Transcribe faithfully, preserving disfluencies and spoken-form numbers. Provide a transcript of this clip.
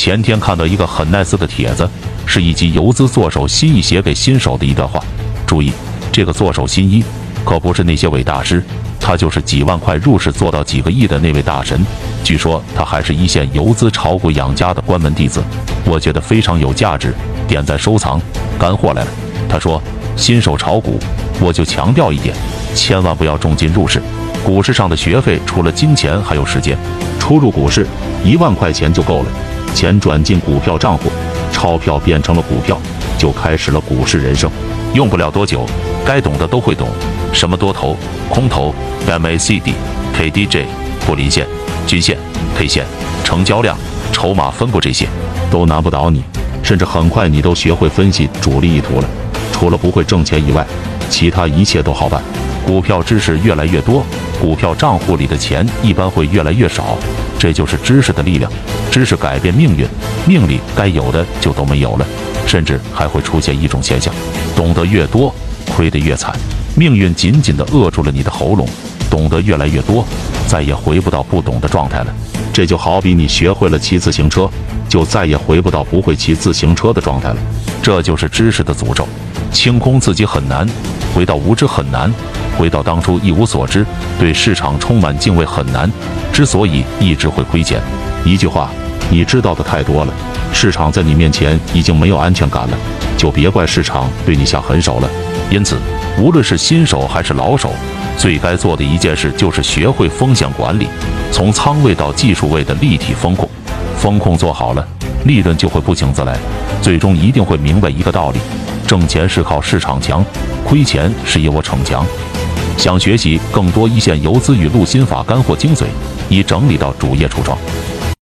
前天看到一个很 nice 的帖子，是一级游资做手心意写给新手的一段话。注意，这个做手心意可不是那些伪大师，他就是几万块入市做到几个亿的那位大神。据说他还是一线游资炒股养家的关门弟子，我觉得非常有价值，点赞收藏。干货来了，他说新手炒股，我就强调一点，千万不要重金入市。股市上的学费除了金钱还有时间，初入股市一万块钱就够了，钱转进股票账户，钞票变成了股票，就开始了股市人生。用不了多久，该懂的都会懂，什么多头、空头、M A C D、K D J、布林线、均线、K 线、成交量、筹码分布这些都难不倒你，甚至很快你都学会分析主力意图了。除了不会挣钱以外，其他一切都好办。股票知识越来越多，股票账户里的钱一般会越来越少，这就是知识的力量。知识改变命运，命里该有的就都没有了，甚至还会出现一种现象，懂得越多，亏得越惨。命运紧紧地扼住了你的喉咙，懂得越来越多，再也回不到不懂的状态了。这就好比你学会了骑自行车，就再也回不到不会骑自行车的状态了。这就是知识的诅咒。清空自己很难，回到无知很难，回到当初一无所知，对市场充满敬畏很难。之所以一直会亏钱，一句话，你知道的太多了，市场在你面前已经没有安全感了，就别怪市场对你下狠手了。因此，无论是新手还是老手，最该做的一件事就是学会风险管理，从仓位到技术位的立体风控。风控做好了，利润就会不请自来，最终一定会明白一个道理：挣钱是靠市场强，亏钱是由我逞强。想学习更多一线游资语录心法干货精髓，已整理到主页橱窗。